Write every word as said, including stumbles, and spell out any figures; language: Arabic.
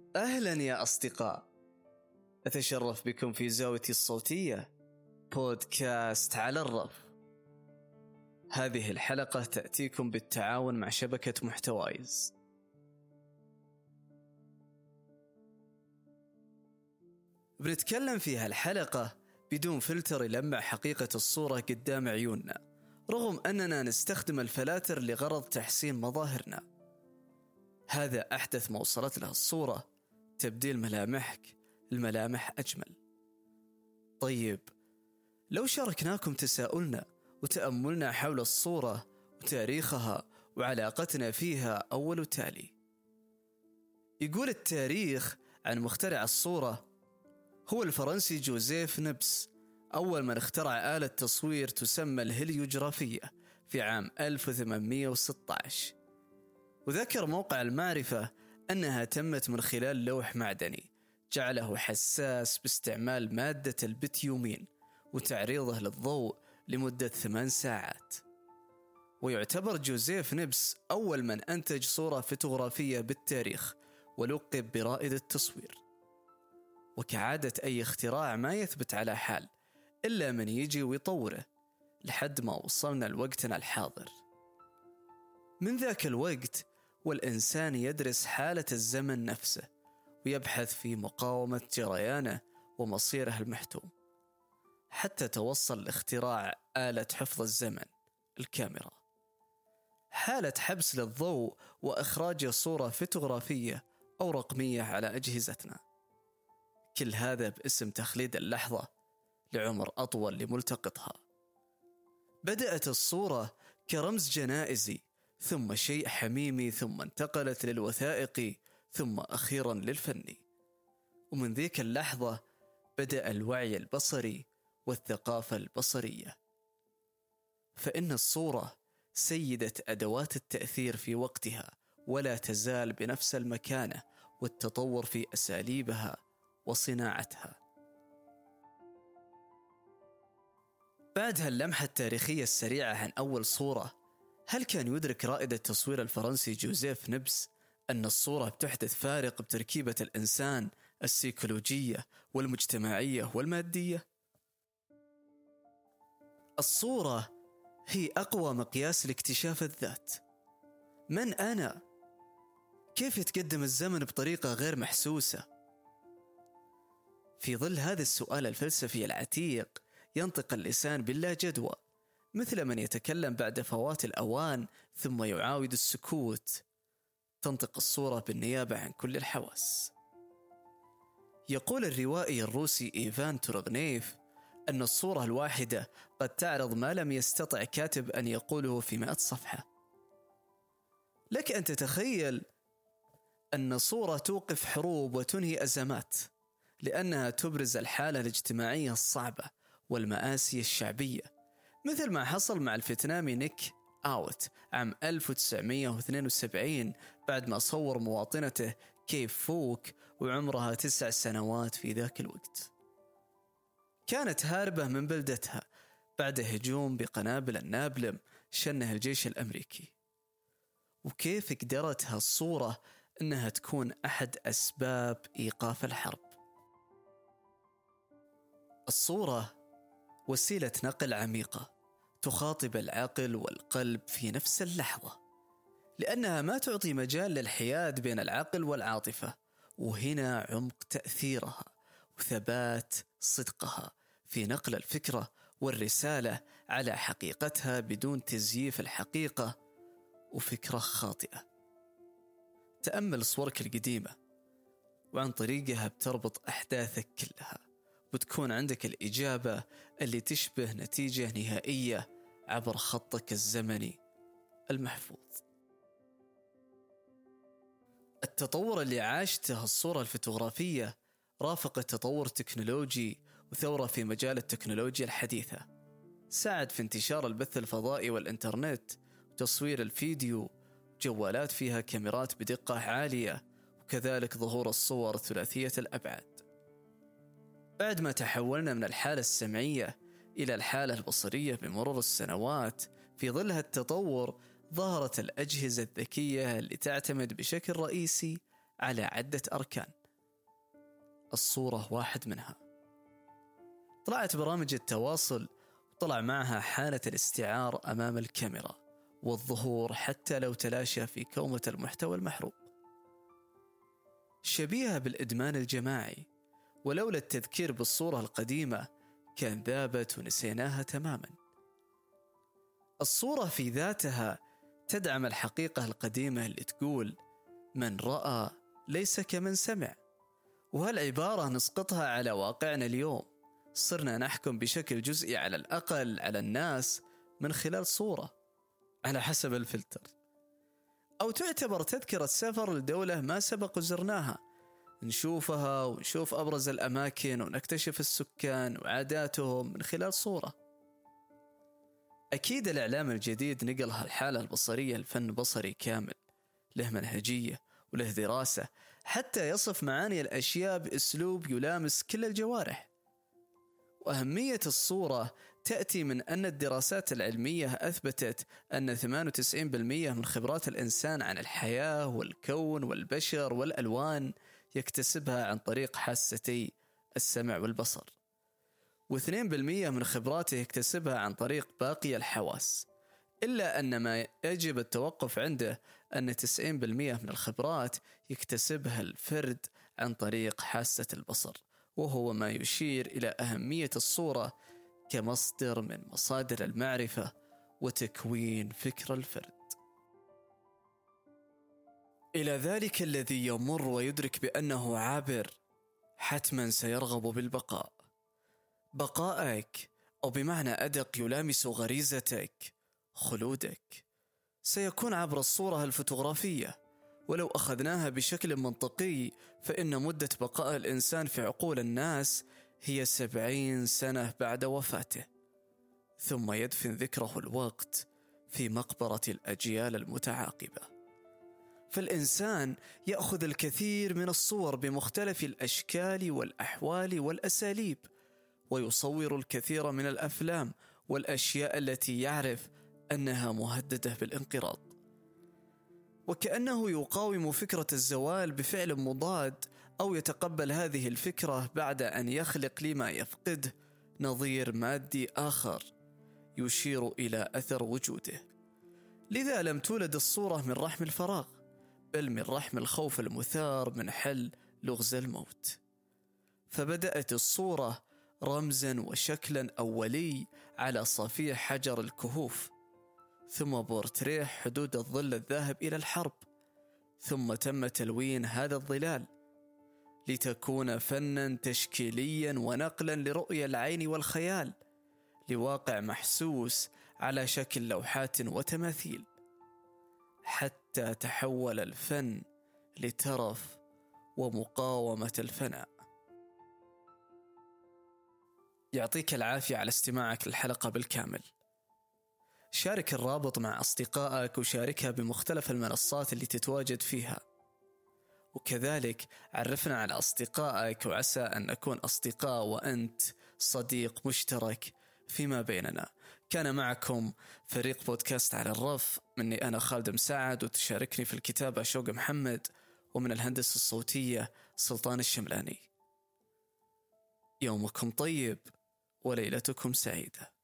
أهلا يا أصدقاء، أتشرف بكم في زاويتي الصوتية بودكاست على الرف. هذه الحلقة تأتيكم بالتعاون مع شبكة محتوايز. بنتكلم في هالحلقة بدون فلتر يلمع حقيقة الصورة قدام عيوننا، رغم أننا نستخدم الفلاتر لغرض تحسين مظاهرنا. هذا أحدث ما وصلت له الصورة، تبديل ملامحك الملامح أجمل. طيب، لو شاركناكم تساؤلنا وتأملنا حول الصورة وتاريخها وعلاقتنا فيها أول وتالي. يقول التاريخ عن مخترع الصورة هو الفرنسي جوزيف نبس، أول من اخترع آلة تصوير تسمى الهليوجرافية في عام ألف وثمانمئة وستة عشر. وذكر موقع المعرفة أنها تمت من خلال لوح معدني جعله حساس باستعمال مادة البتيومين وتعريضه للضوء لمدة ثمان ساعات. ويعتبر جوزيف نبس أول من أنتج صورة فوتوغرافية بالتاريخ، ولقب برائد التصوير. وكعادة أي اختراع ما يثبت على حال إلا من يجي ويطوره لحد ما وصلنا لوقتنا الحاضر. من ذاك الوقت والإنسان يدرس حالة الزمن نفسه ويبحث في مقاومة جريانه ومصيره المحتوم، حتى توصل لاختراع آلة حفظ الزمن، الكاميرا، حالة حبس للضوء وإخراج صورة فوتوغرافية أو رقمية على أجهزتنا. كل هذا باسم تخليد اللحظة لعمر أطول لملتقطها. بدأت الصورة كرمز جنائزي، ثم شيء حميمي، ثم انتقلت للوثائقي، ثم أخيرا للفني. ومن ذيك اللحظة بدأ الوعي البصري والثقافة البصرية. فإن الصورة سيدة أدوات التأثير في وقتها، ولا تزال بنفس المكانة والتطور في أساليبها وصناعتها. بعد هاللمحة التاريخية السريعة عن أول صورة، هل كان يدرك رائد التصوير الفرنسي جوزيف نبس أن الصورة بتحدث فارق بتركيبة الإنسان السيكولوجية والمجتمعية والمادية؟ الصورة هي أقوى مقياس لاكتشاف الذات. من أنا؟ كيف يتقدم الزمن بطريقة غير محسوسة؟ في ظل هذا السؤال الفلسفي العتيق ينطق اللسان باللا جدوى، مثل من يتكلم بعد فوات الأوان ثم يعاود السكوت. تنطق الصورة بالنيابة عن كل الحواس. يقول الروائي الروسي إيفان تورغنيف أن الصورة الواحدة قد تعرض ما لم يستطع كاتب أن يقوله في مئة صفحة. لك أن تتخيل أن صورة توقف حروب وتنهي أزمات، لأنها تبرز الحالة الاجتماعية الصعبة والمآسي الشعبية، مثل ما حصل مع الفيتنامي نيك أوت عام ألف وتسعمئة واثنين وسبعين بعد ما صور مواطنته كيف فوك وعمرها تسع سنوات في ذاك الوقت. كانت هاربة من بلدتها بعد هجوم بقنابل النابلم شنه الجيش الأمريكي. وكيف قدرت هالصورة أنها تكون أحد أسباب إيقاف الحرب. الصورة وسيلة نقل عميقة تخاطب العقل والقلب في نفس اللحظة، لأنها ما تعطي مجال للحياد بين العقل والعاطفة. وهنا عمق تأثيرها وثبات صدقها في نقل الفكرة والرسالة على حقيقتها بدون تزييف الحقيقة وفكرة خاطئة. تأمل صورك القديمة، وعن طريقها بتربط أحداثك كلها، وتكون عندك الإجابة اللي تشبه نتيجة نهائية عبر خطك الزمني المحفوظ. التطور اللي عاشته الصورة الفوتوغرافية رافق التطور التكنولوجي وثورة في مجال التكنولوجيا الحديثة. ساعد في انتشار البث الفضائي والإنترنت وتصوير الفيديو، جوالات فيها كاميرات بدقة عالية، وكذلك ظهور الصور ثلاثية الأبعاد. بعد ما تحولنا من الحالة السمعية إلى الحالة البصرية بمرور السنوات، في ظل هالتطور ظهرت الأجهزة الذكية اللي تعتمد بشكل رئيسي على عدة أركان: الصورة واحد منها. طلعت برامج التواصل وطلع معها حالة الاستعار أمام الكاميرا والظهور حتى لو تلاشى في كومة المحتوى المحروق، شبيهة بالإدمان الجماعي، ولولا التذكير بالصورة القديمة كان ذابت ونسيناها تماما. الصورة في ذاتها تدعم الحقيقة القديمة اللي تقول من رأى ليس كمن سمع، وهالعبارة نسقطها على واقعنا اليوم. صرنا نحكم بشكل جزئي على الأقل على الناس من خلال صورة على حسب الفلتر، أو تعتبر تذكرة سفر لدولة ما سبق زرناها، نشوفها ونشوف أبرز الأماكن ونكتشف السكان وعاداتهم من خلال صورة. أكيد الإعلام الجديد نقل هالحالة البصرية الفن بصري كامل، له منهجية وله دراسة حتى يصف معاني الأشياء بأسلوب يلامس كل الجوارح. وأهمية الصورة تأتي من أن الدراسات العلمية أثبتت أن ثمانية وتسعين بالمئة من خبرات الإنسان عن الحياة والكون والبشر والألوان يكتسبها عن طريق حاستي السمع والبصر، واثنين بالمئة من خبراته يكتسبها عن طريق باقي الحواس، إلا أن ما يجب التوقف عنده أن تسعين بالمئة من الخبرات يكتسبها الفرد عن طريق حاسة البصر، وهو ما يشير إلى أهمية الصورة كمصدر من مصادر المعرفة وتكوين فكر الفرد. إلى ذلك الذي يمر ويدرك بأنه عابر حتما سيرغب بالبقاء. بقائك، أو بمعنى أدق يلامس غريزتك، خلودك، سيكون عبر الصورة الفوتوغرافية. ولو أخذناها بشكل منطقي فإن مدة بقاء الإنسان في عقول الناس هي سبعين سنة بعد وفاته، ثم يدفن ذكره الوقت في مقبرة الأجيال المتعاقبة. فالإنسان يأخذ الكثير من الصور بمختلف الأشكال والأحوال والأساليب، ويصور الكثير من الأفلام والأشياء التي يعرف أنها مهددة بالانقراض، وكأنه يقاوم فكرة الزوال بفعل مضاد، أو يتقبل هذه الفكرة بعد أن يخلق لما يفقده نظير مادي آخر يشير إلى أثر وجوده. لذا لم تولد الصورة من رحم الفراغ، بل من رحم الخوف المثار من حل لغز الموت. فبدأت الصورة رمزا وشكلا أولي على صفيح حجر الكهوف، ثم بورتريه حدود الظل الذاهب إلى الحرب، ثم تم تلوين هذا الظلال لتكون فنا تشكيليا ونقلا لرؤية العين والخيال لواقع محسوس على شكل لوحات وتماثيل، حتى تحول الفن لترف ومقاومة الفناء. يعطيك العافية على استماعك للحلقة بالكامل. شارك الرابط مع أصدقائك وشاركها بمختلف المنصات اللي تتواجد فيها، وكذلك عرفنا على أصدقائك وعسى أن نكون أصدقاء وأنت صديق مشترك فيما بيننا. كان معكم فريق بودكاست على الرف، مني أنا خالد مساعد، وتشاركني في الكتابة شوق محمد، ومن الهندسة الصوتية سلطان الشملاني. يومكم طيب وليلتكم سعيدة.